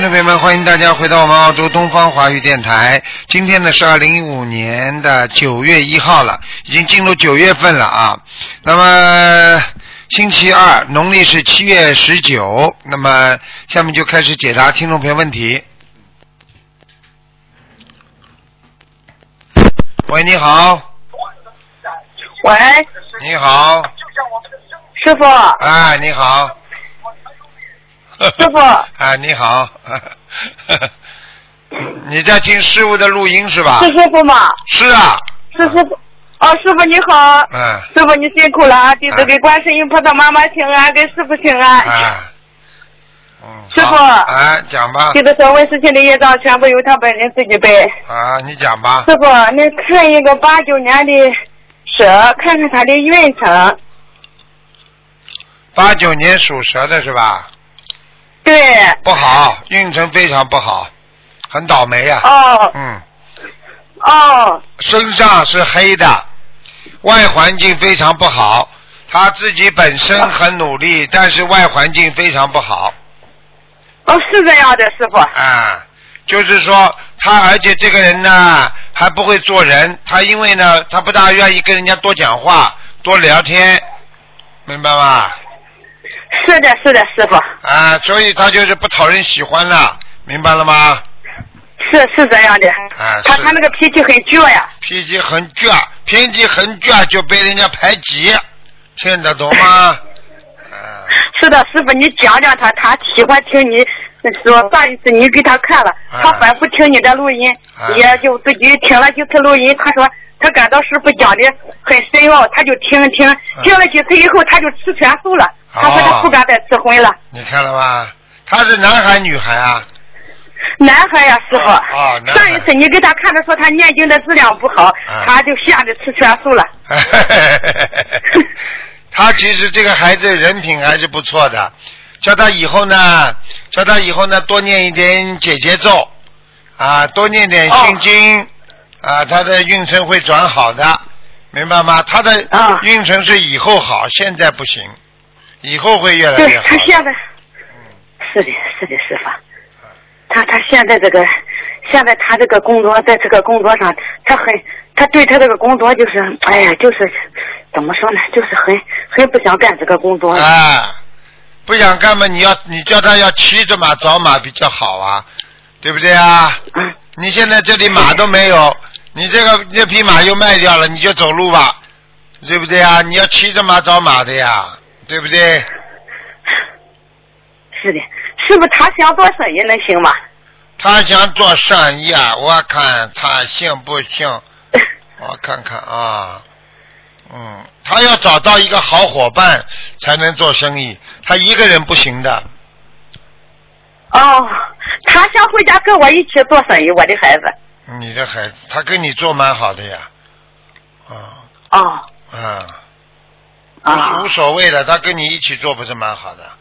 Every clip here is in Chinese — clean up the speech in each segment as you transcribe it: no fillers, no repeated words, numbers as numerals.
听众朋友们，欢迎大家回到我们澳洲东方华语电台。今天呢是2015年的9月1号了，已经进入9月份了啊。那么星期二，农历是7月19。那么下面就开始解答听众朋友问题。喂，你好。 喂。 你好。 师傅。 哎，你好。 师傅。 哎，你好。你在听师傅的录音是吧？ 是师傅吗？ 是啊。 是师傅。哦，师傅你好。师傅你辛苦了啊！弟子给观世音菩萨妈妈请安，给师傅请安。师傅。 讲吧。 弟子所问事情的业障全部由他本人自己背。 你讲吧。 师傅，你看一个89年的蛇，看看他的运程。 89年属蛇的是吧？ 对。 不好，运程非常不好，很倒霉啊。身上是黑的，外环境非常不好，他自己本身很努力，但是外环境非常不好。 是这样的，师傅。 就是说他，而且这个人呢还不会做人，他因为呢他不大愿意跟人家多讲话多聊天，明白吗？ 是的是的，师傅。 所以他就是不讨人喜欢了，明白了吗？ 是这样的。他那个脾气很倔呀。 脾气很倔就被人家排挤，听得懂吗？ 是的，师傅，你讲讲他喜欢听你说，上一次你给他看了，他反复听你的录音，也就自己听了几次录音，他说他感到师傅讲的很深奥，他就听了几次以后，他就吃全素了。他说他不敢再吃荤了。 你看了吧？他是男孩女孩啊？ 男孩呀，师傅。上一次你给他看的说他念经的质量不好，他就吓得吃全素了。 他其实这个孩子人品还是不错的，叫他以后呢多念一点解结咒多念点心经他的运程会转好的，明白吗？他的运程是以后好，现在不行，以后会越来越好。 对，他现在是的师傅。他现在他这个工作，在这个工作上，他对他这个工作就是就是怎么说呢，就是很不想干这个工作。 不想干嘛？你叫他要骑着马找马比较好啊，对不对啊？你现在这里马都没有，你这匹马又卖掉了，你就走路吧，对不对啊？你要骑着马找马的呀，对不对？是的。 是不是他想做生意能行吗？ 他想做生意啊，我看他行不行？我看看啊，他要找到一个好伙伴才能做生意，他一个人不行的。 他想回家跟我一起做生意，我的孩子。 你的孩子，他跟你做蛮好的呀。无所谓的，他跟你一起做不是蛮好的。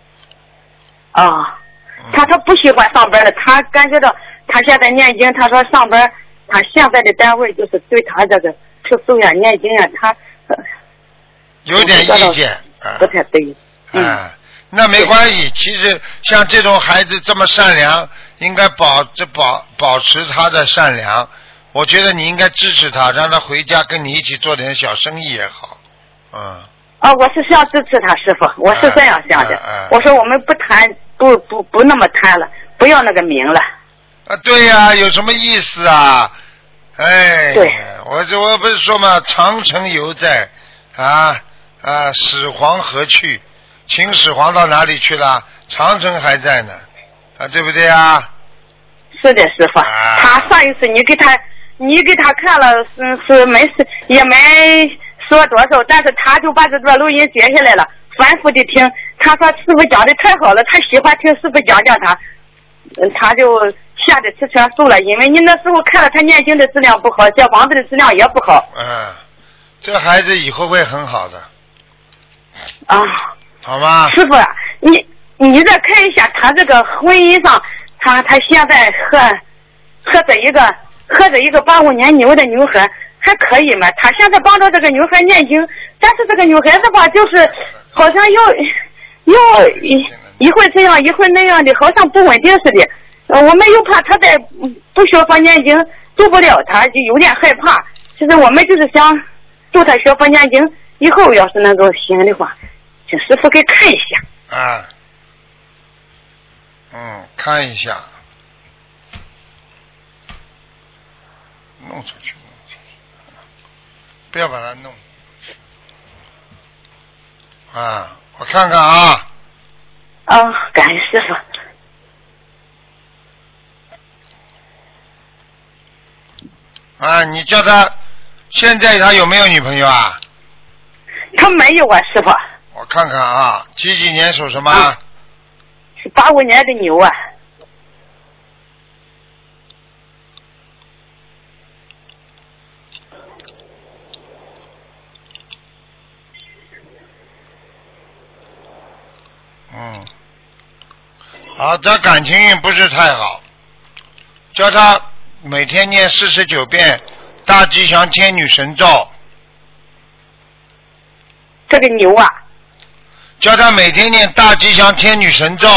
他说不喜欢上班了，他感觉到他现在念经，他说上班，他现在的单位就是对他这个吃素呀、念经呀，他有点意见， 不太对。 那没关系，其实像这种孩子这么善良，应该保持他的善良。我觉得你应该支持他，让他回家跟你一起做点小生意也好。 我是想支持他，师傅，我是这样想的。我说我们不谈，不那么谈了，不要那个名了。 对呀，有什么意思啊？ 对， 我不是说嘛，长城犹在，始皇何去？秦始皇到哪里去了？长城还在呢，对不对啊？ 是的，师傅。他上一次你给他看了，是没事，也没说多少，但是他就把这段录音截下来了，反复的听。他说师傅讲的太好了，他喜欢听师傅讲他，他就吓得吃全素了。因为你那时候看了他念经的质量不好，小房子的质量也不好。 这孩子以后会很好的。好吗？ 师傅，你再看一下他这个婚姻上，他现在和这一个85年牛的女孩还可以吗？他现在帮着这个女孩念经，但是这个女孩子吧，就是好像要一会这样一会那样的，好像不稳定似的。 我们又怕他在不学佛念经救不了他，就有点害怕。其实我们就是想助他学佛念经，以后要是能够行的话，请师傅给看一下。 啊，看一下，弄出去，不要把它弄。啊，我看看啊。 感恩师傅。 你叫他，现在他有没有女朋友啊？ 他没有啊，师傅。 我看看啊，几年属什么？ 是85年的牛啊。 好，这感情运不是太好，叫他每天念49遍大吉祥天女神咒。 这个牛啊。 叫他每天念大吉祥天女神咒。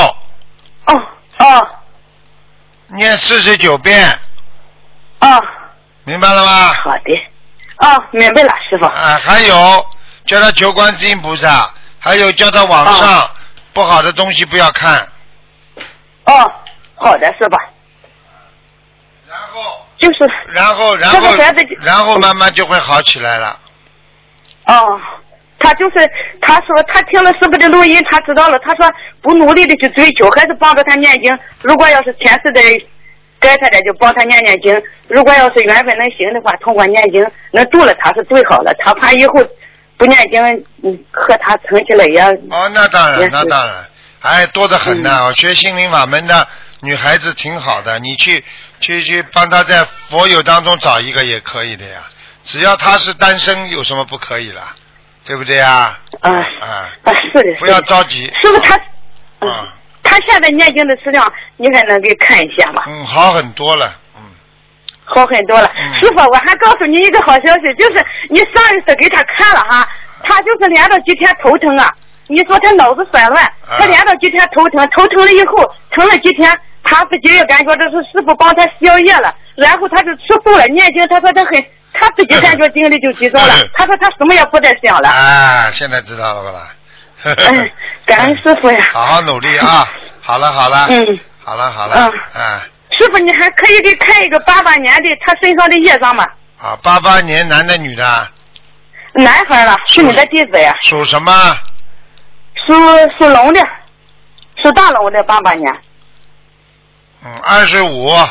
念49遍。明白了吗？ 好的。明白了，师傅。 还有叫他求观世音菩萨，还有叫他网上不好的东西不要看。 好的，师傅。 然后慢慢就会好起来了。 他说他听了师傅的录音，他知道了。他说不努力的去追求，还是帮着他念经。如果要是前世的该他的，就帮他念念经。如果要是缘分能行的话，通过念经能度了他是最好了。他怕以后不念经，和他成起来也。 那当然，多得很呢。学心灵法门的女孩子挺好的，你去帮她在佛友当中找一个也可以的呀。只要她是单身，有什么不可以了？对不对呀？ 是的。 不要着急。 师傅他现在念经的质量，你还能给看一下吗？ 好很多了。 好很多了。师傅，我还告诉你一个好消息，就是你上一次给他看了哈，他就是连着几天头疼啊。你说他脑子散乱，他连着几天头疼了以后，疼了几天，他自己也感觉这是师傅帮他消业了，然后他就吃素了，念经，他说他自己感觉精力就集中了，他说他什么也不再想了。 现在知道了吧啦？ 感恩师傅呀！ 好好努力啊！好了。好了。 师傅，你还可以给看一个88年的他身上的业障吗 ？88年男的女的？ 男孩了，是你的弟子呀。 属什么？ 属龙的，属大龙的88年。 25。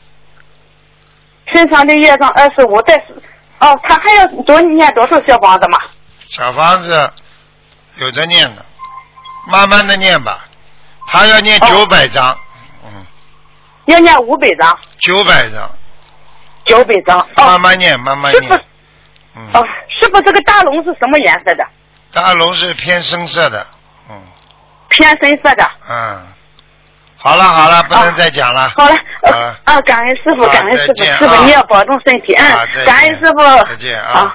身上的业障25，但是他还要多念多少小房子嘛？ 小房子有的念的，慢慢的念吧。他要念900张。 要念500张。 900张。 900张。 慢慢念。 师傅，这个大龙是什么颜色的？ 大龙是偏深色的。 偏深色的。 好了，不能再讲了。 好了。感恩师傅，感恩师傅，师傅你要保重身体。感恩师傅。 再见啊。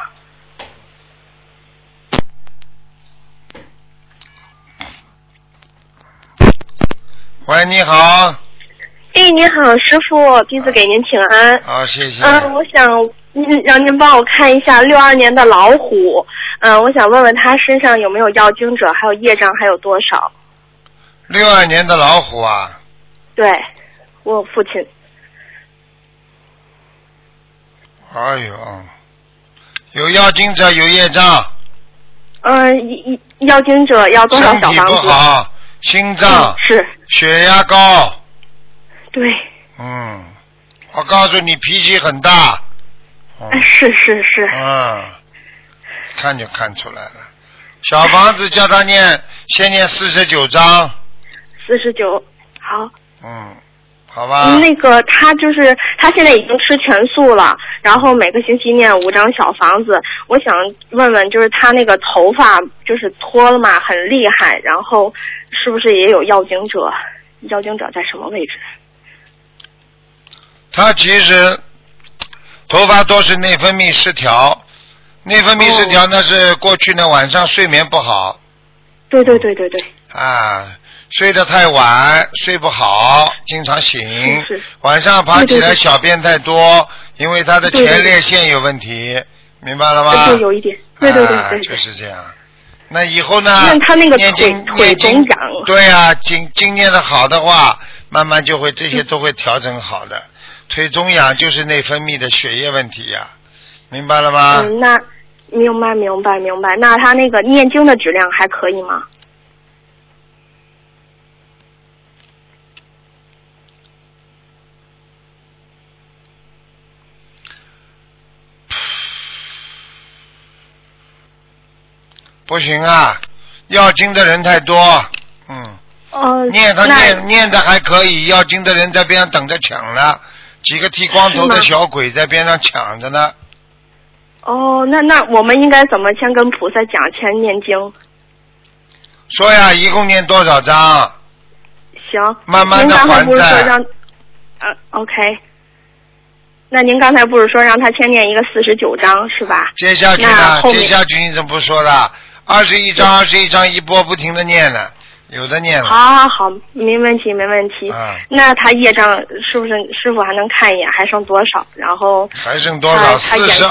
喂，你好。 你好，师傅，弟子给您请安。 好，谢谢。 我想让您帮我看一下62年的老虎。我想问问他身上有没有要经者，还有业障还有多少 ？62年的老虎啊？ 对，我父亲。 哎呦，有要经者，有业障。 要经者要多少小房子？ 身体不好，心脏是， 血压高。 对。 我告诉你，脾气很大。 是。 看就看出来了。小房子叫他先念49章。 49，好。 好吧。 那个他现在已经吃全素了，然后每个星期念5张小房子。我想问问，就是他那个头发就是脱了嘛，很厉害，然后是不是也有要经者？要经者在什么位置？ 他其实头发多是内分泌失调，内分泌失调那是过去呢晚上睡眠不好。 对。 睡得太晚，睡不好，经常醒，晚上爬起来小便太多，因为他的前列腺有问题，明白了吗？ 对，有一点，对， 就是这样。那以后呢？ 那他那个腿总长。 对啊，经念的好的话，慢慢就会这些都会调整好的。腿总痒就是内分泌的血液问题呀，明白了吗？ 那明白。那他那个念经的质量还可以吗？ 不行啊，要经的人太多，念的还可以，要经的人在边上等着抢了，几个剃光头的小鬼在边上抢着呢。 那我们应该怎么先跟菩萨讲，先念经？ 说呀，一共念多少章？ 行， 慢慢的还债。 OK。那您刚才不是说让他先念一个49章是吧？ 接下去呢？接下去你怎么不说了？21章一波不停的念了，有的念了。 好，没问题。那他业障是不是师傅还能看一眼？还剩多少？然后还剩多少？42。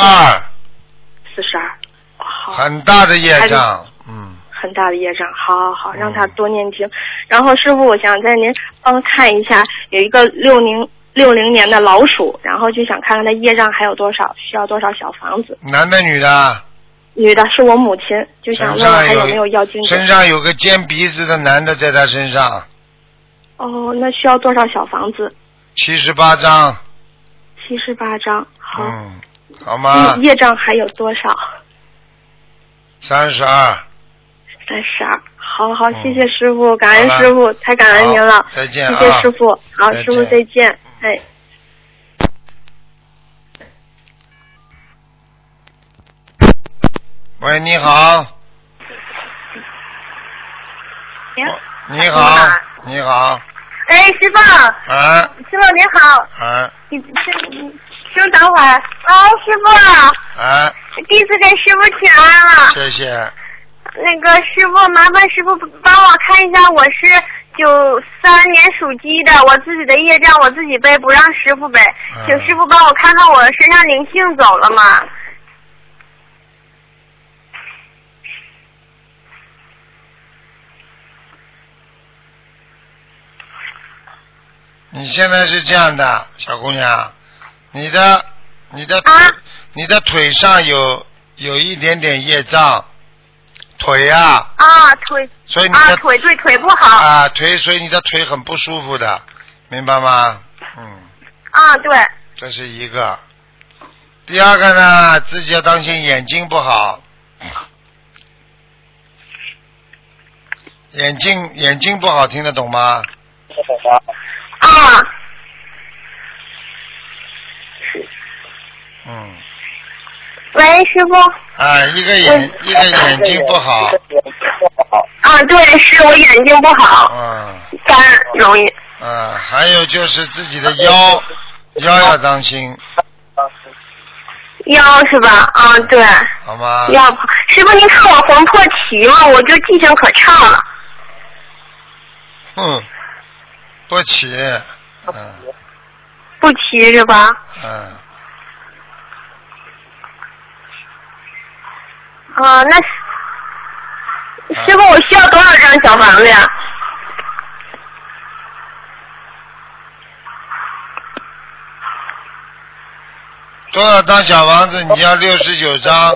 好。 很大的业障， 很大的业障，好，让他多念经。然后师傅，我想在您帮看一下，有一个60年的老鼠，然后就想看看他业障还有多少，需要多少小房子。 男的女的？ 女的，是我母亲，就想问问还有没有要经者。 身上有个尖鼻子的男的在他身上。 那需要多少小房子 ？78章。 78章，好。 好吗？ 业障还有多少 ？32。 好，谢谢师傅，感恩师傅，太感恩您了。 再见， 谢谢师傅。好，师傅再见。 喂，你好。你好。 哎，师傅。师傅您好。请等会儿。师傅。第一次给师傅请安了。 谢谢。 那个师傅，麻烦师傅帮我看一下，我是93年属鸡的，我自己的业障我自己背，不让师傅背，请师傅帮我看看我身上灵性走了吗？ 你现在是这样的，小姑娘，你的腿上有一点点业障。腿呀！ 腿， 所以你的腿不好。 所以你的腿很不舒服的，明白吗？ 对。 这是一个。第二个呢，自己要当心眼睛不好。眼睛不好，听得懂吗？ 喂，师傅。 一个眼睛不好。 对，是我眼睛不好。肝容易。 还有就是自己的腰要当心。 腰是吧？对。 好吗？ 腰，师傅您看我魂魄齐吗？我就记性可差了。 不齐。 不齐是吧？那师傅，我需要多少张小房子呀？ 多少张小房子？你要69张。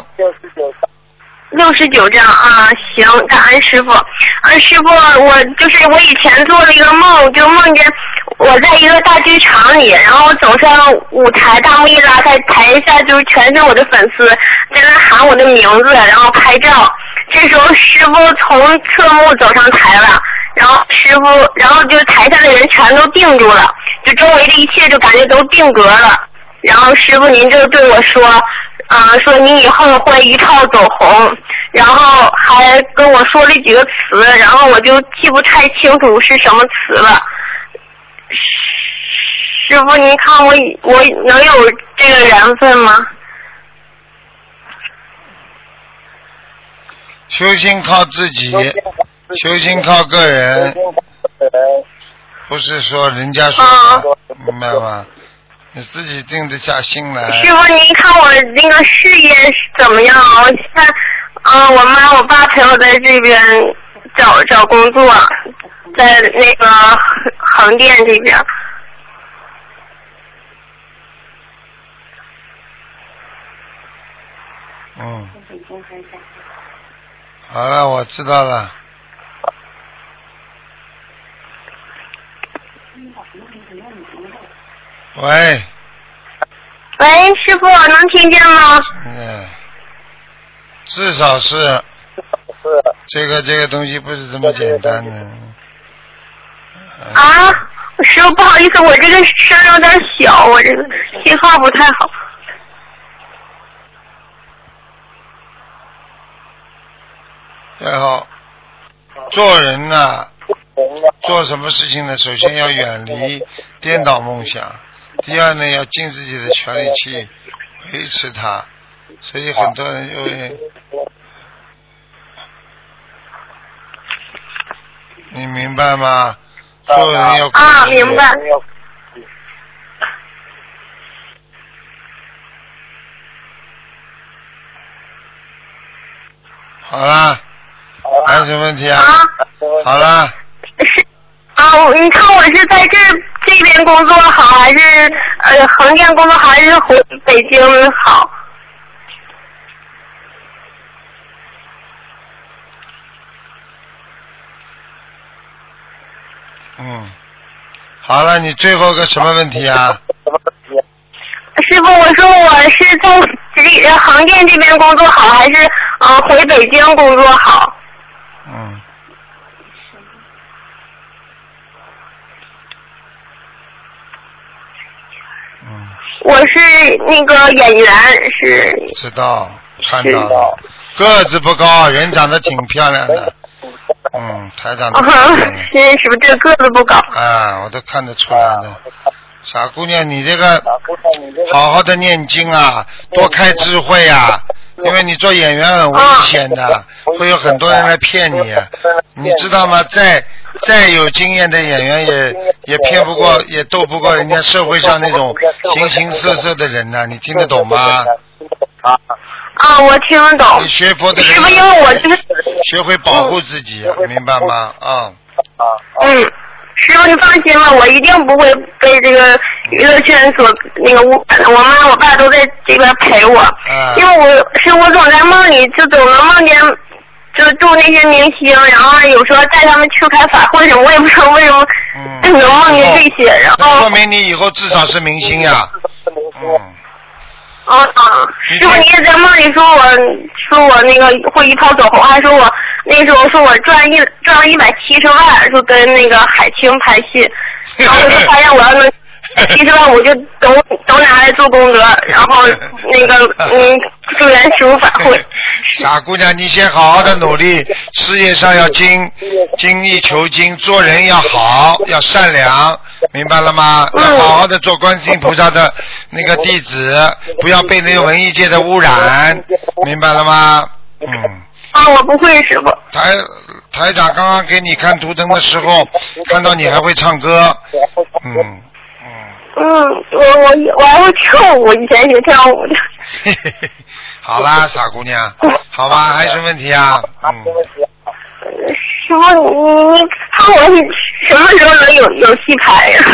69张行，感恩师傅。师傅，我以前做了一个梦，就梦见我在一个大剧场里，然后我走上舞台，大幕一拉开，台下就是全是我的粉丝在那喊我的名字，然后拍照。这时候师傅从侧幕走上台了，然后就台下的人全都定住了，就周围的一切就感觉都定格了。然后师傅您就对我说说你以后会一炮走红，然后还跟我说了几个词，然后我就记不太清楚是什么词了。师傅您看我能有这个缘分吗？ 修行靠自己，修行靠个人， 不是说人家说的，明白吗？你自己定得下心来。 师傅，您看我那个事业怎么样？我现在，我妈我爸陪我在这边找工作，在那个横店这边。 好了，我知道了。喂， 师傅，能听见吗？ 至少是这个东西不是这么简单的。 师傅，不好意思，我这个声有点小，我这个信号不太好。 然后做人呢，做什么事情呢？首先要远离颠倒梦想，第二呢，要尽自己的全力去维持它。所以很多人就会，你明白吗？做人要明白。 好啦。还有什么问题啊？好了。 你看我是在这边工作好，还是横店工作好，还是回北京好？ 好了，你最后个什么问题啊？ 师傅，我说我是在横店这边工作好，还是回北京工作好？我是那个演员，是。 知道，看到了，个子不高，人长得挺漂亮的。台长。 是不是这个子不高？ 我都看得出来的。傻姑娘，你这个好好的念经啊，多开智慧啊，因为你做演员很危险的，会有很多人来骗你，你知道吗？再有经验的演员也骗不过，也斗不过人家社会上那种形形色色的人呢，你听得懂吗？ 我听得懂。 你学佛的人， 是不是因为我就是学会保护自己，明白吗？ 师傅，你放心吧，我一定不会被这个娱乐圈所那个污染的。我妈我爸都在这边陪我，因为我总在梦里就总能梦见，就住那些明星，然后有时候带他们去开法会什么，我也不知道为什么能梦见这些。然后说明你以后至少是明星呀。 师傅，你也在梦里说我那个会一炮走红，还说我那时候说我赚了170万，说跟那个海清拍戏，然后我就发现我要能70万，我就都拿来做功德，然后那个助缘师傅法会。 傻姑娘，你先好好的努力，事业上要精益求精，做人要好，要善良，明白了吗？要好好的做观世音菩萨的那个弟子，不要被那个文艺界的污染，明白了吗？ 我不会，师傅。 台长刚刚给你看图腾的时候，看到你还会唱歌。 我还会跳舞，以前学跳舞的。 好啦，傻姑娘，好吧，还有什么问题啊？ 师傅，你看我什么时候能有戏拍呀？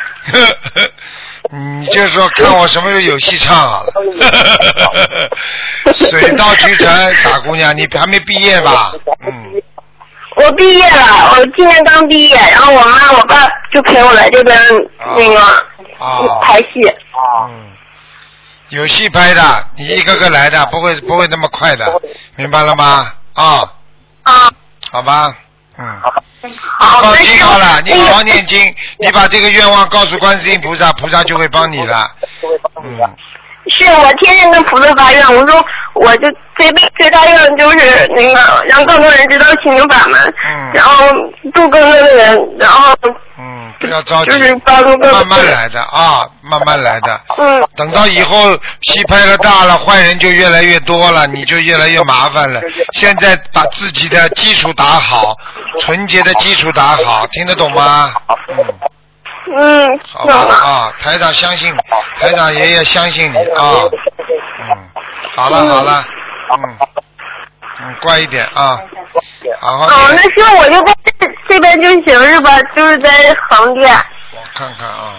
你就说看我什么时候有戏唱好了。水到渠成，傻姑娘，你还没毕业吧？ 我毕业了，我今年刚毕业，然后我妈我爸就陪我来这边那个拍戏。 有戏拍的，你一个个来的，不会那么快的，明白了吗？好吧。 好， 听好了，你好好念经，你把这个愿望告诉观世音菩萨，菩萨就会帮你了。 是我天天跟菩萨发愿，我说我就这辈子最大愿就是那个让更多人知道心灵法门，然后度更多的人，然后不要着急， 就是帮助更多慢慢来的啊，慢慢来的。等到以后戏拍了大了，坏人就越来越多了，你就越来越麻烦了。现在把自己的基础打好，纯洁的基础打好，听得懂吗？好吧啊，台长相信，台长爷爷相信你啊。好了，乖一点啊，好好。 那行我就在这边就行是吧？就是在横店。 我看看啊。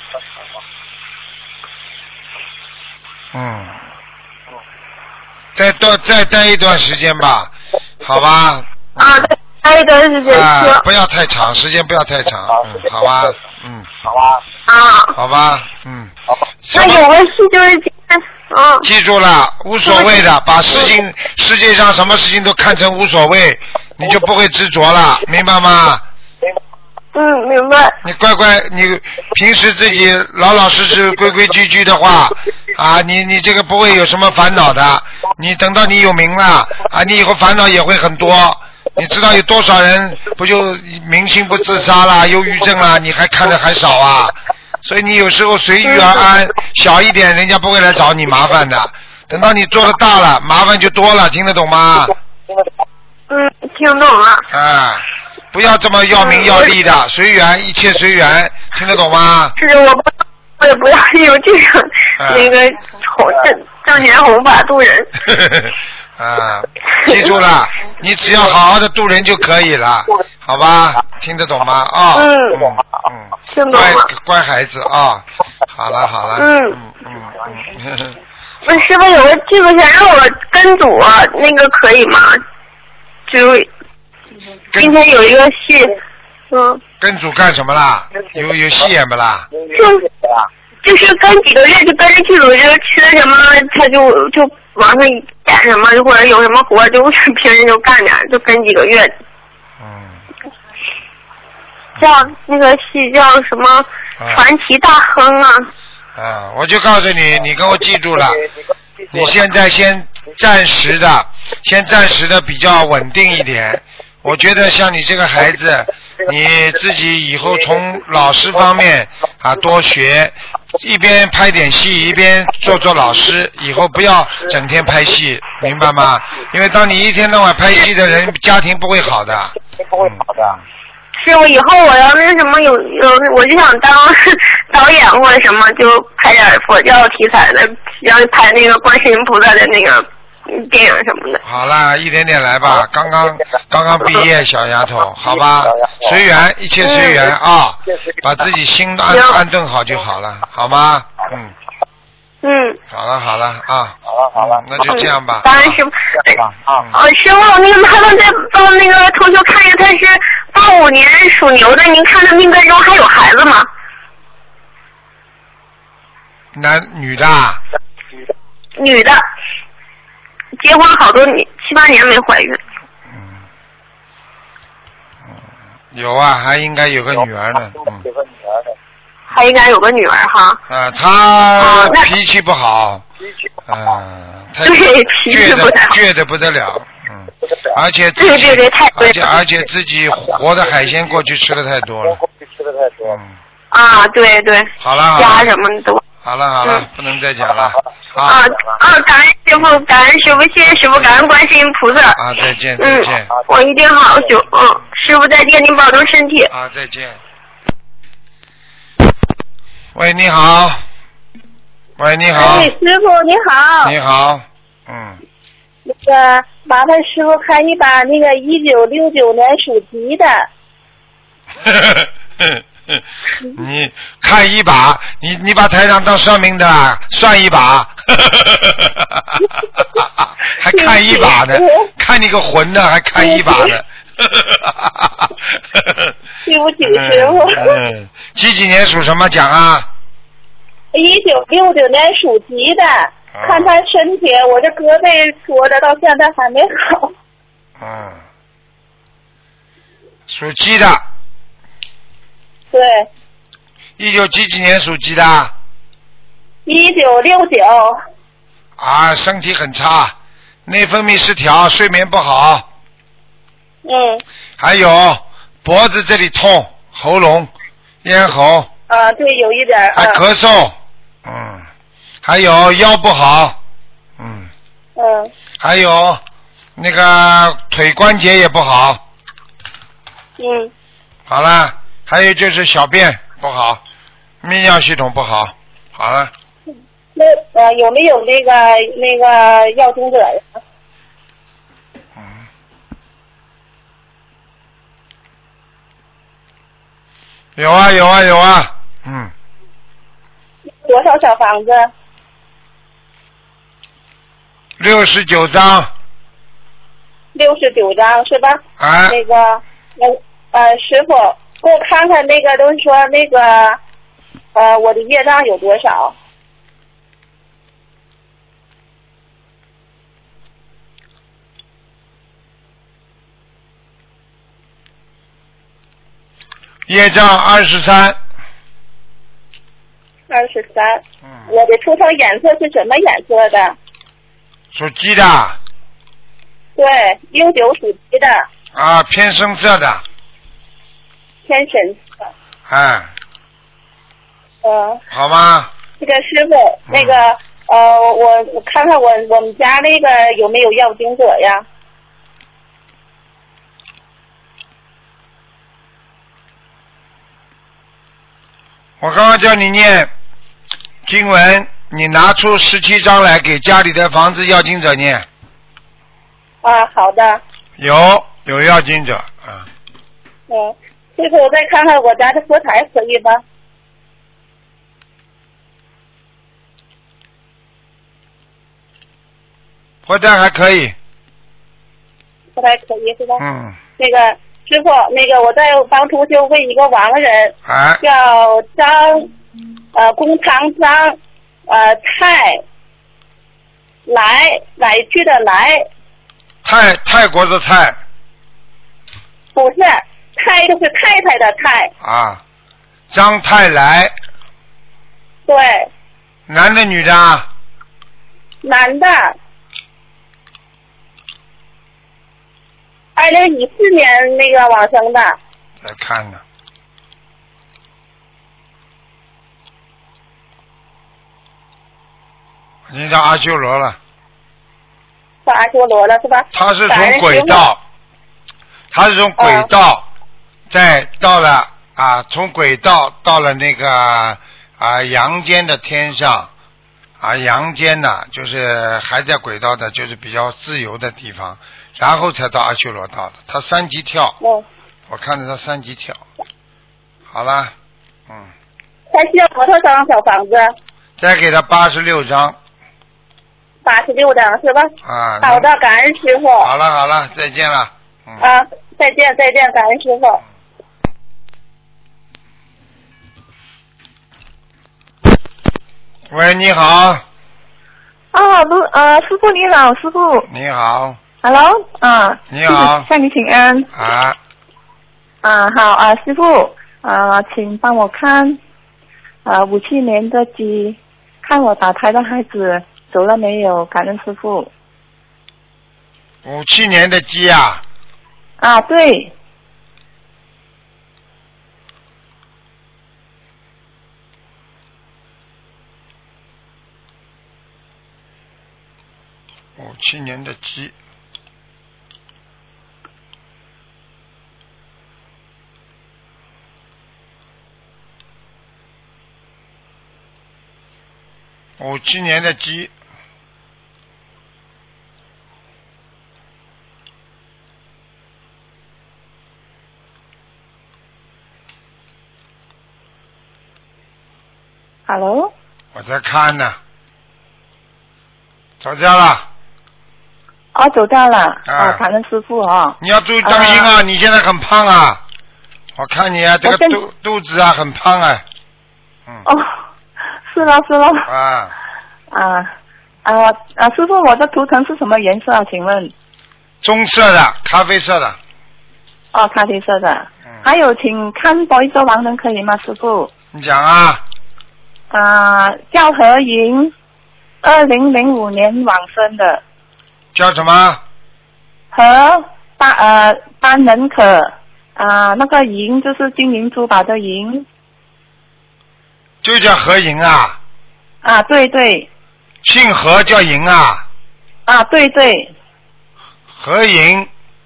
再待一段时间吧，好吧？ 再待一段时间。 不要太长，时间不要太长，好吧？好吧， 那有个事就是记住了，无所谓的，把世界上什么事情都看成无所谓，你就不会执着了，明白吗？ 明白。 你乖乖，你平时自己老老实实、规规矩矩的话，你这个不会有什么烦恼的。你等到你有名了，你以后烦恼也会很多。你知道有多少人不就明星不自杀啦、忧郁症啦，你还看的还少啊？所以你有时候随遇而安，小一点，人家不会来找你麻烦的。等到你做的大了，麻烦就多了，听得懂吗？ 听懂了。 不要这么要名要利的，随缘，一切随缘，听得懂吗？ 是我也不要有这个那个挣钱弘法度人。 记住了，你只要好好的度人就可以了，好吧？听得懂吗？ 听懂了。 乖孩子啊！好了。 那师傅有个技术想让我跟组那个可以吗？就今天有一个戏， 跟组干什么啦？有戏演不啦？ 就是跟几个月就跟着剧组，就缺什么他就往上演什么，或者有什么活就平时就干点，就跟几个月。叫那个戏叫什么传奇大亨啊。 我就告诉你，你跟我记住了，你现在先暂时的比较稳定一点。我觉得像你这个孩子，你自己以后从老师方面多学，一边拍点戏一边做老师，以后不要整天拍戏，明白吗？因为当你一天到晚拍戏的人，家庭不会好的。 是我以后我要是什么有我就想当导演或者什么，就拍点佛教题材的，要拍那个观世音菩萨的那个电影什么的。 好啦，一点点来吧，刚刚毕业小丫头，好吧，随缘，一切随缘啊，把自己心安顿好就好了，好吗？好了啊，那就这样吧。 当然师傅，师傅，那个麻烦再帮那个同学看一个，他是85年属牛的，您看他命根中还有孩子吗？ 女的？ 女的，结婚好多年，7、8年没怀孕。 有啊，还应该有个女儿呢。 还应该有个女儿哈。 她脾气不好。 对，脾气不太好。 倔得不得了。而且对，太对了。 而且自己活的海鲜过去吃的太多了。 对。 好了。 虾什么的。 好了，不能再讲了。 感恩师傅，感恩师傅，谢谢师傅，感恩观世音菩萨。 再见。 我一定好好修。师傅再见，您保重身体。 再见。喂，你好。喂，你好。 师傅你好。 你好。 那个麻烦师傅看一把那个1969年属鸡的。 你看一把，你把台长当算命的算一把，还看一把呢，看你个混呢，还看一把呢。 对不起师傅。 几年属什么讲啊 ？1969年属鸡的，看他身体，我这胳膊说的到现在还没好。 属鸡的。 对。 19几几年属鸡的 1969。 啊，身体很差，内分泌失调，睡眠不好。还有脖子这里痛，喉咙、咽喉。 啊，对，有一点。 还咳嗽。还有腰不好。还有那个腿关节也不好。好了，还有就是小便不好，泌尿系统不好。好了。 那有没有那个要经者呀？ 有啊。 多少小房子 ？69张。 69张是吧？ 啊。 那个师傅给我看看那个，都是说那个我的业障有多少？ 业障23。 23。我的出生颜色是什么颜色的？ 属鸡的。 对，69属鸡的。 啊，偏深色的。 偏深色。 好吗？ 这个师傅，那个我看看我们家那个有没有要经者呀？ 我刚刚叫你念经文，你拿出17张来给家里的房子要经者念。 啊，好的。 有要经者。 师傅，我再看看我家的佛台可以吧？ 佛台还可以。 佛台可以是吧？ 那个师傅，那个我在帮助就为一个亡人，叫弓长张，来去的来。 泰国的泰。 不是，泰就是太太的太。 啊，张泰来。 对。 男的女的啊？ 男的。2014年那个往生的。 在看呢。已经到阿修罗了。 到阿修罗了是吧？ 他是从轨道，再到了从轨道到了那个阳间的天上。阳间呢，就是还在轨道的，就是比较自由的地方，然后才到阿修罗道的。他3级跳。我看着他3级跳。好了。 还需要多少张小房子？ 再给他86张。 86张是吧？好的，感恩师傅。 好了，再见了。 再见，感恩师傅。 喂，你好。 师傅你好，师傅。 你好。 Hello， 你好。 向你请安。好师傅，请帮我看57年的鸡，看我打胎的孩子走了没有？感恩师傅。 57年的鸡啊？ 对。 57年的鸡。57年的鸡。 Hello。 我在看呢。走掉了。 走掉了。感恩师傅你要注意当心啊！你现在很胖啊，我看你这个肚子很胖啊。 是了。师傅，我的图腾是什么颜色啊？请问？ 棕色的，咖啡色的。 咖啡色的。还有，请看多一个亡人可以吗，师傅？ 你讲啊。 叫何莹，2005年往生的。 叫什么？ 何单人可那个莹就是金银珠宝的银。 就叫何莹啊？ 对对。 姓何叫莹啊？ 对对。 何莹，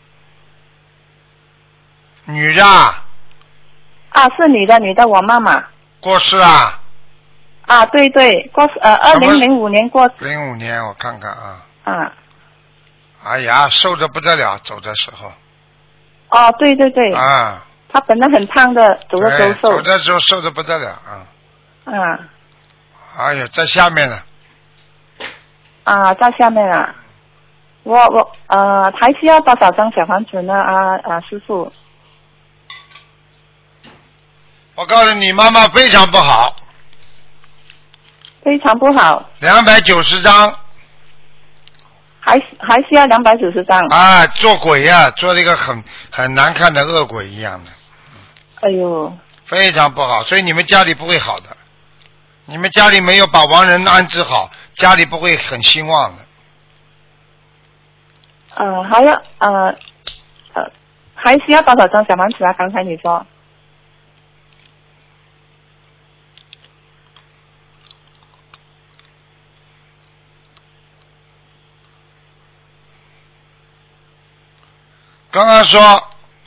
女的啊？ 是女的，我妈妈。 过世啊？ 对对，过世2005年过世。 05年，我看看啊。哎嗯。 呀，瘦得不得了，走的时候。 对对对。他本来很胖的，走的时候瘦。 走的时候瘦得不得了啊。哎呀，在下面呢。 在下面啊。我还需要多少张小房子呢？师傅。 我告诉你，妈妈非常不好。 非常不好。 290张。 还需要290张。 做鬼呀，做了一个很难看的恶鬼一样的。 哎呦。 非常不好，所以你们家里不会好的。你们家里没有把亡人安置好，家里不会很兴旺的。 还需要多少张小房子啊？刚才你说。 刚刚说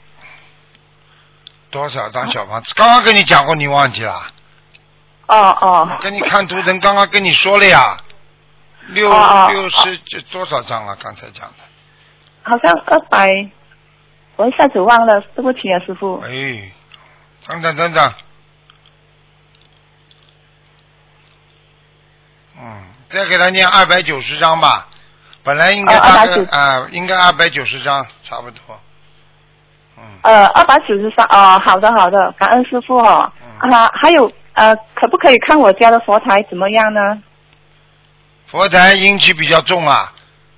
多少张小房子？刚刚跟你讲过，你忘记了？跟你看图腾，刚刚跟你说了呀。60这多少张了？刚才讲的。 好像200，我一下子忘了，对不起啊，师傅。 等等。再给他念290张吧。本来应该应该290张，差不多。 293好的，感恩师傅哦。还有可不可以看我家的佛台怎么样呢？ 佛台阴气比较重啊。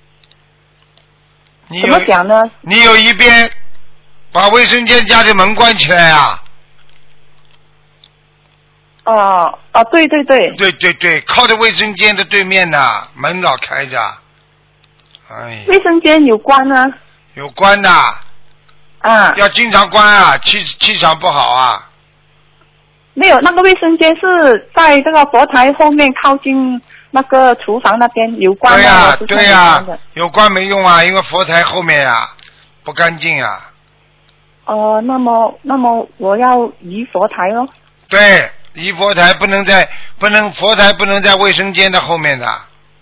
怎么讲呢？ 你有一边把卫生间家里门关起来啊。 对对对。 对，靠着卫生间的对面呐，门老开着。 卫生间有关呢？ 有关的。要经常关啊，气场不好啊。 没有，那个卫生间是在这个佛台后面靠近那个厨房那边有关的。 对呀，有关没用啊，因为佛台后面呀不干净啊。 那么我要移佛台咯。 对，移佛台佛台不能在卫生间的后面的。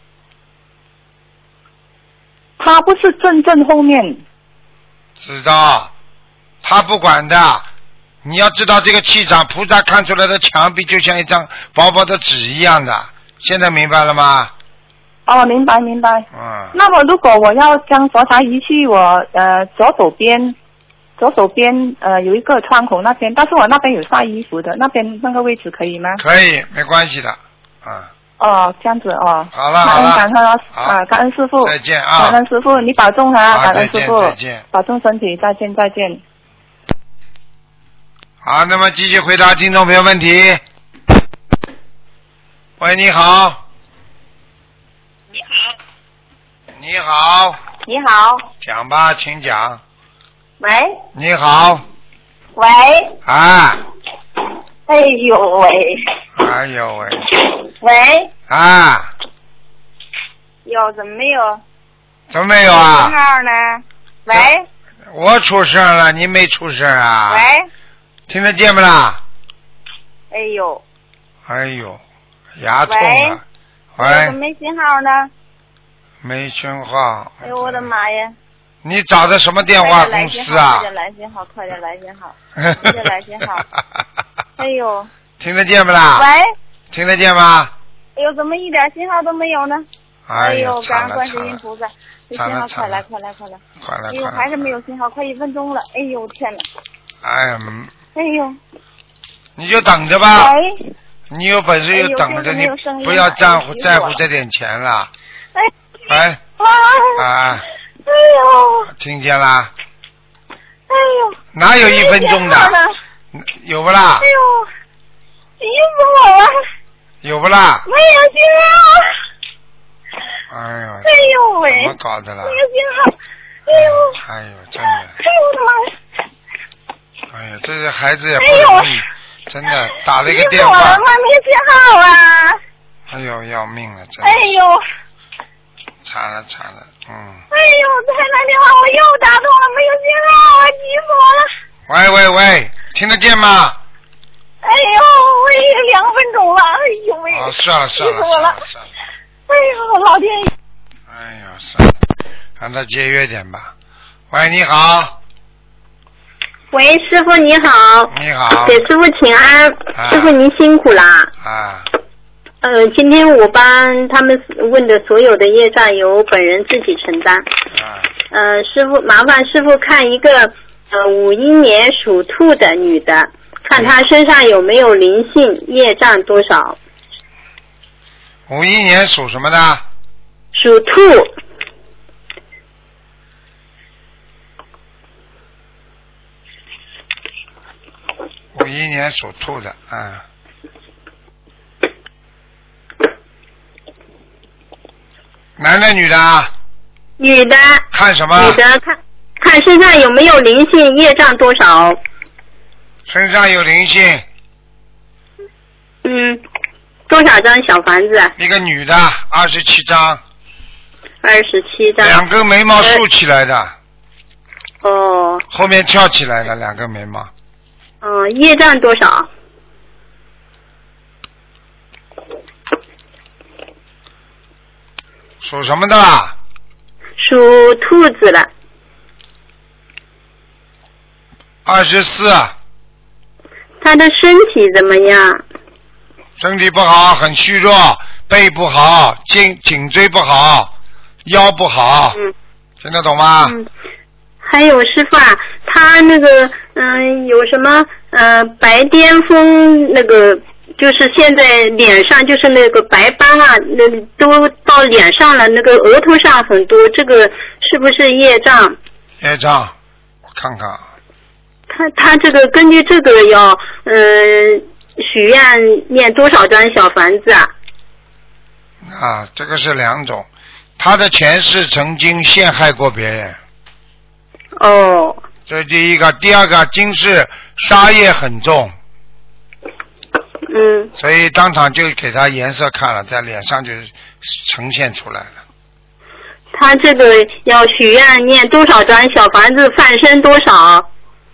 他不是正后面。 知道，他不管的。你要知道这个气场，菩萨看出来的墙壁就像一张薄薄的纸一样的。现在明白了吗？ 明白。那么如果我要将佛台移去我左手边有一个窗口那边，但是我那边有晒衣服的，那边那个位置可以吗？ 可以，没关系的。 这样子好了。 感恩师傅。 再见啊！ 感恩师傅，你保重啊！感恩师傅， 再见。 保重身体，再见。 好，那么继续回答听众朋友问题。喂，你好。你好。讲吧，请讲。 喂。 你好。 喂。哎呦喂。喂。有怎么没有？ 怎么没有啊？ 信号呢？喂。 我出声了，你没出声啊？ 喂。 听得见不啦？ 哎呦， 牙痛了。 喂。怎么没信号呢？ 没信号。 哎呦我的妈呀！ 你找的什么电话公司啊？ 快点来信号！快点来信号！哎呦。 听得见不啦？ 喂。 听得见吗？ 哎呦，怎么一点信号都没有呢？ 哎呦，感恩观世音菩萨，这信号快来！哎呦，还是没有信号，快1分钟了！哎呦，天哪！哎呦。 你就等着吧。 喂。 你有本事就等着，你不要在乎这点钱了。哎呦。听见啦？ 哎呦。 哪有1分钟的？有不啦？ 哎呦，急死我了！ 有不啦？ 没有信号。哎呦！ 哎呦喂！ 怎么搞的了？ 没有信号。哎呦！ 哎呦，真的。 哎呦我的妈呀！ 哎呦，这些孩子也不容易，真的打了一个电话。 我没信号啊！ 哎呦，要命了，真的。 哎呦！ 惨了， 哎呦，才打电话我又打通了，没有信号啊，急死我喂了。 喂喂，听得见吗？ 哎呦，我已经2分钟了，哎呦喂！ 啊，算了。 哎呦，老天爷！ 哎呀，算了，让他节约点吧。喂，你好。 喂，师傅你好。 你好。 给师傅请安，师傅您辛苦啦。 啊。 今天我帮他们问的所有的业障由本人自己承担。师傅，麻烦师傅看一个51年属兔的女的，看她身上有没有灵性，业障多少。 51年属什么的？ 属兔。 51年属兔的，男的女的啊？ 女的。 看什么？ 女的，看身上有没有灵性，业障多少？ 身上有灵性。 多少张小房子？ 一个女的，27张。 27张。 2根眉毛竖起来的。 哦。 后面翘起来了2根眉毛。 业障多少？ 属什么的？ 属兔子的。 24。 他的身体怎么样？ 身体不好，很虚弱，背不好，颈椎不好，腰不好。听得懂吗？ 还有师傅啊，他那个有什么白癜风那个，就是现在脸上就是那个白斑啊，那都到脸上了，那个额头上很多，这个是不是业障？ 业障，我看看啊。 他这个根据这个要许愿念多少张小房子啊？ 这个是2种，他的前世曾经陷害过别人。这是第一个，第二个今世杀业很重。所以当场就给他颜色看了，在脸上就呈现出来了。 他这个要许愿念多少张小房子，放生多少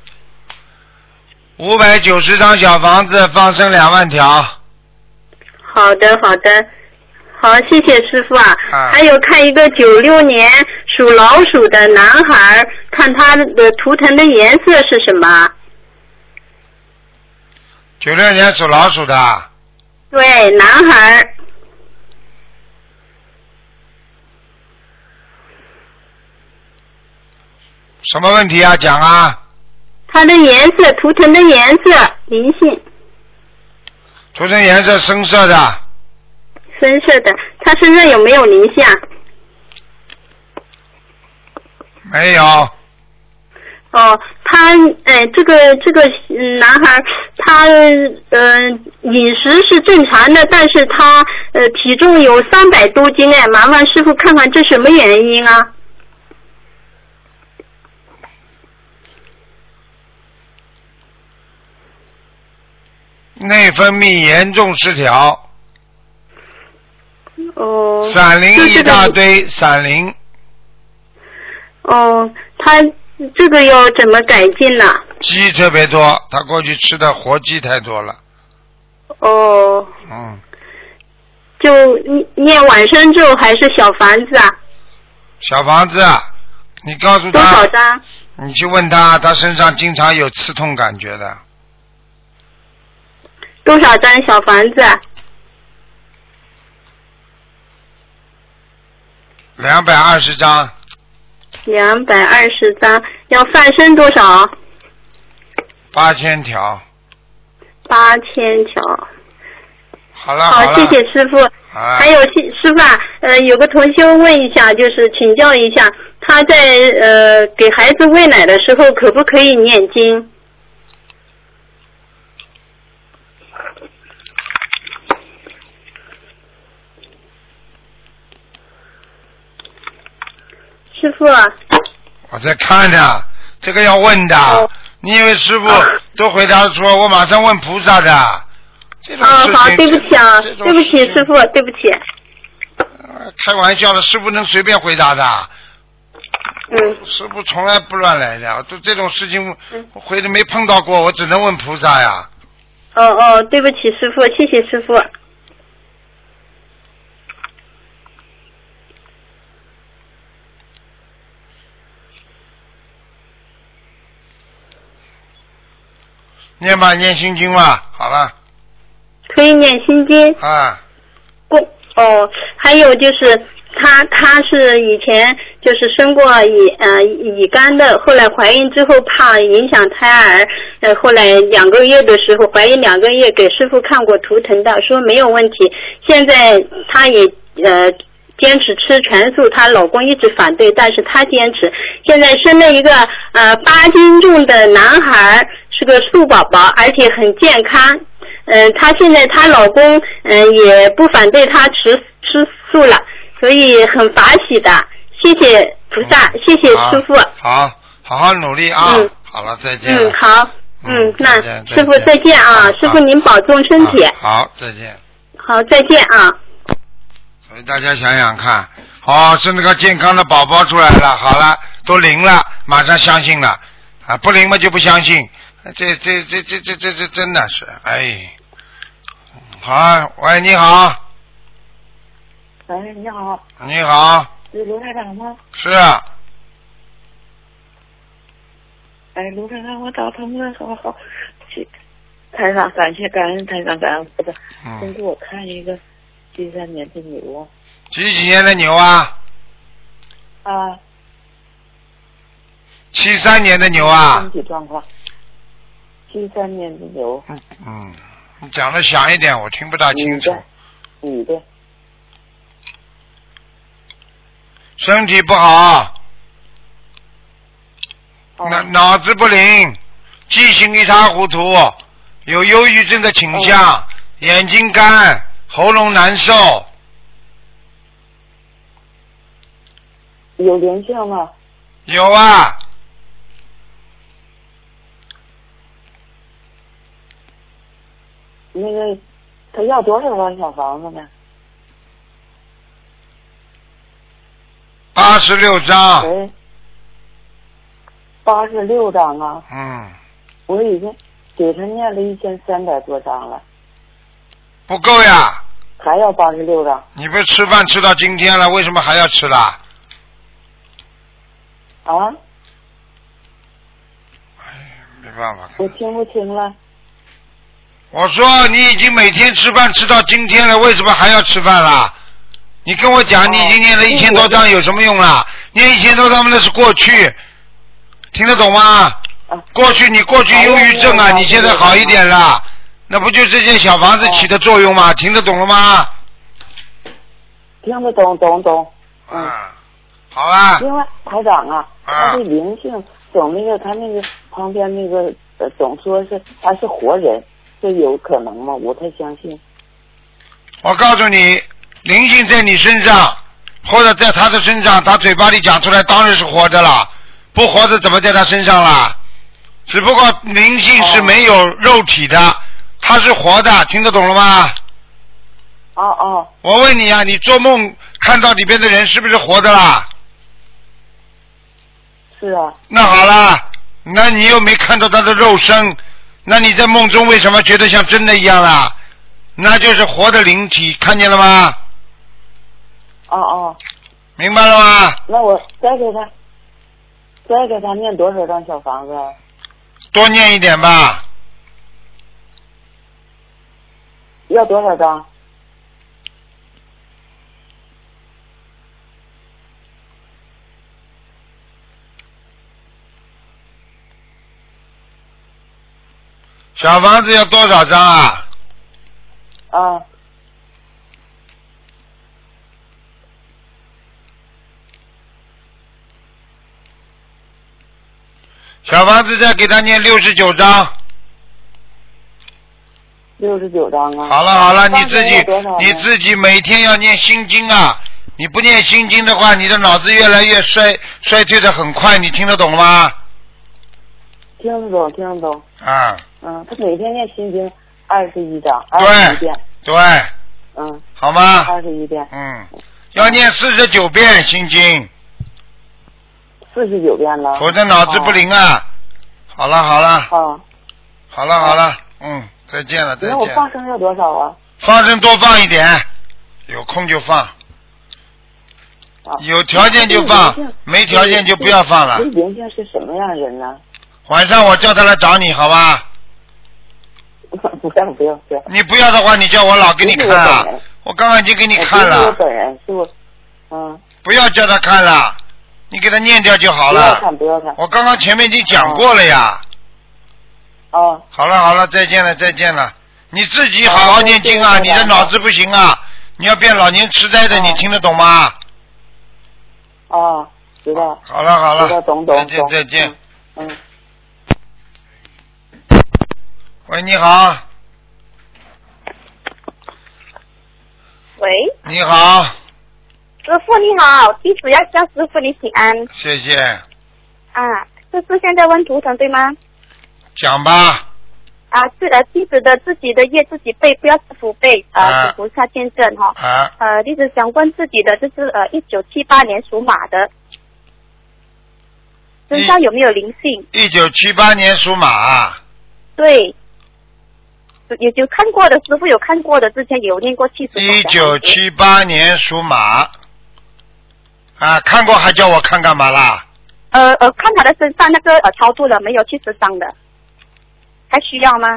？590张小房子，放生2万条。 好的，好，谢谢师傅啊。还有看一个96年属老鼠的男孩，看他的图腾的颜色是什么 ？96年属老鼠的。 对，男孩。 什么问题啊？讲啊。 它的颜色，图腾的颜色，灵性。 图腾颜色深色的。 深色的，他身上有没有灵性啊？ 没有。 他这个男孩，他饮食是正常的，但是他体重有300多斤麻烦师傅看看这什么原因啊？ 内分泌严重失调。闪灵一大堆，闪灵。 他这个要怎么改进呢？ 鸡特别多，他过去吃的活鸡太多了。 就念往生咒还是小房子啊？ 小房子，你告诉他多少张？ 你去问他，他身上经常有刺痛感觉的。 多少张小房子 ？220张。 220张，要放生多少 ？8000条。 8000条。 好了。 好，谢谢师傅。还有师傅啊，有个同学问一下，就是请教一下，他在给孩子喂奶的时候，可不可以念经？ 师傅。 我在看呢，这个要问的。你以为师傅都回答说，我马上问菩萨的。这种事情。 好，对不起啊，对不起师傅，对不起。 开玩笑的，师傅能随便回答的。师傅从来不乱来的，这种事情回的没碰到过，我只能问菩萨呀。 对不起师傅，谢谢师傅。 念吧，念心经吧，好了。 可以念心经。还有就是她是以前就是生过乙肝的，后来怀孕之后怕影响胎儿，后来2个月的时候，怀孕2个月给师傅看过图腾的，说没有问题。现在她也坚持吃全素，她老公一直反对，但是她坚持。现在生了一个8斤重的男孩，是个素宝宝，而且很健康。她现在她老公也不反对她吃素了，所以很法喜的。谢谢菩萨，谢谢师傅。 好好努力啊！好了，再见。 好。那师傅再见啊！师傅您保重身体。 好，再见。 好，再见啊！ 所以大家想想看，生了个健康的宝宝出来了，好了，都灵了，马上相信了啊！不灵嘛就不相信，这真的是，哎，好，喂，你好。 喂，你好。 你好。 是卢台长吗？ 是啊。 卢台长，我打通了，好，台长，感恩台长，感恩菩萨。先给我看一个73年的牛。 几年的牛啊？73年的牛啊。 身体状况。73年的牛。 你讲的响一点，我听不大清楚。 女的。 身体不好，脑子不灵，记性一塌糊涂，有忧郁症的倾向，眼睛干，喉咙难受。 有灵性吗？ 有啊。 那个，他要多少张小房子呢 ？86张。 86张啊。我已经给他念了1300多张了。 不够呀。 还要86张。 你不是吃饭吃到今天了，为什么还要吃了？没办法。 我听不清了。 我说你已经每天吃饭吃到今天了，为什么还要吃饭了？你跟我讲，你已经念了1000多章，有什么用啦？念1000多章那是过去，听得懂吗？过去你过去忧郁症啊，你现在好一点了，那不就这些小房子起的作用吗？听得懂了吗？ 听得懂。 好啦。 另外，台长啊，他的灵性总那个他那个旁边那个总说是他是活人，这有可能吗？我太相信。 我告诉你。灵性在你身上，或者在他的身上，他嘴巴里讲出来当然是活的了，不活着怎么在他身上了？只不过灵性是没有肉体的，他是活的，听得懂了吗？我问你啊，你做梦看到里边的人是不是活的啦？ 是啊。 那好了，那你又没看到他的肉身，那你在梦中为什么觉得像真的一样啦？那就是活的灵体，看见了吗？ 明白了吗？ 那我再给他念多少张小房子？ 多念一点吧。 要多少张？ 小房子要多少张啊？小房子再给他念69章。 69章啊。 好了，你自己每天要念心经啊你不念心经的话，你的脑子越来越衰退的很快，你听得懂吗？ 听得懂，听得懂。 啊。 他每天念心经21章，21遍。 对。好吗 ？21遍。 要念49遍心经。 49遍了。 否则脑子不灵啊。好了。好了，再见了。 那我放生要多少啊？ 放生多放一点，有空就放。有条件就放，没条件就不要放了。 灵性是什么样的人呢？ 晚上我叫他来找你，好吧？ 不要。 你不要的话，你叫我老给你看啊！我刚刚已经给你看了。 我本人是不？ 不要叫他看了，你给他念掉就好了。 不要看。 我刚刚前面已经讲过了呀。好了，再见了。你自己好好念经啊！你的脑子不行啊！你要变老年痴呆的，你听得懂吗？ 知道。 好了。 知道，懂。 再见。喂，你好。 喂。 你好。 师父你好，弟子要向师父你请安。 谢谢。 这是现在问图腾对吗？ 讲吧。 弟子的自己的业自己背，不要师父背，请菩萨见证哈。弟子想问自己的，就是1978年属马的，身上有没有灵性 ？1978年属马。 对。有看过的，师父有看过的，之前有念过70。 1978年属马。看过还叫我看干嘛啦？ 看他的身上那个超度了没有70张的，还需要吗？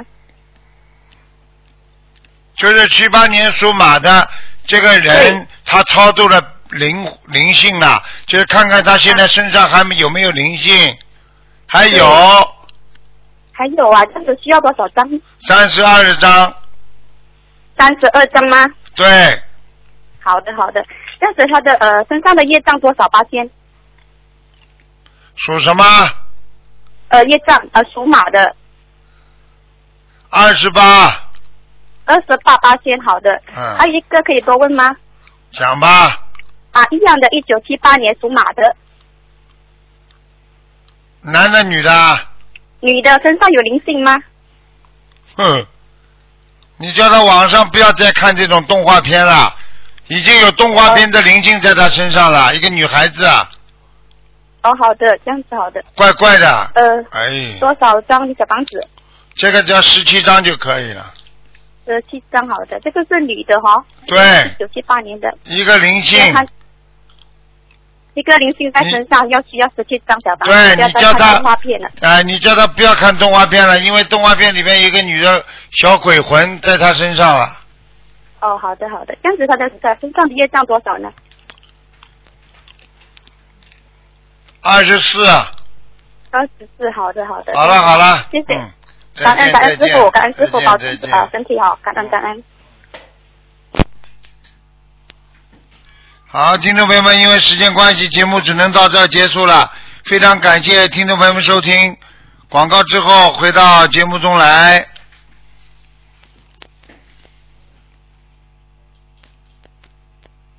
就是78年属马的这个人，他超度了灵性了，就是看看他现在身上还有没有灵性，还有啊，这样子需要多少张 ？32张。 32张吗？ 对。 好的，这样子他的身上的业障多少%？ 属什么？ 业障属马的。 28%。 28%，好的。还有一个可以多问吗？ 讲吧。 一样的，1978年属马的。 男的女的？ 女的，身上有灵性吗？ 你叫他网上不要再看这种动画片了，已经有动画片的灵性在他身上了，一个女孩子。 好的，这样子好的。 怪怪的。 多少张小房子？ 这个叫17张就可以了。 17张，好的，这个是女的哈。 对。 1978年的。 一个灵性。 一个灵性在身上需要17张小房子。 对，你叫他动画片了。 你叫他不要看动画片了，因为动画片里面有一个女的小鬼魂在他身上了。 好的，这样子他的身上的业障多少呢 ？24。 24，好的。 好了。 谢谢。感恩师父，保持身体好，感恩。 好，听众朋友们，因为时间关系，节目只能到这儿结束了。非常感谢听众朋友们收听，广告之后回到节目中来。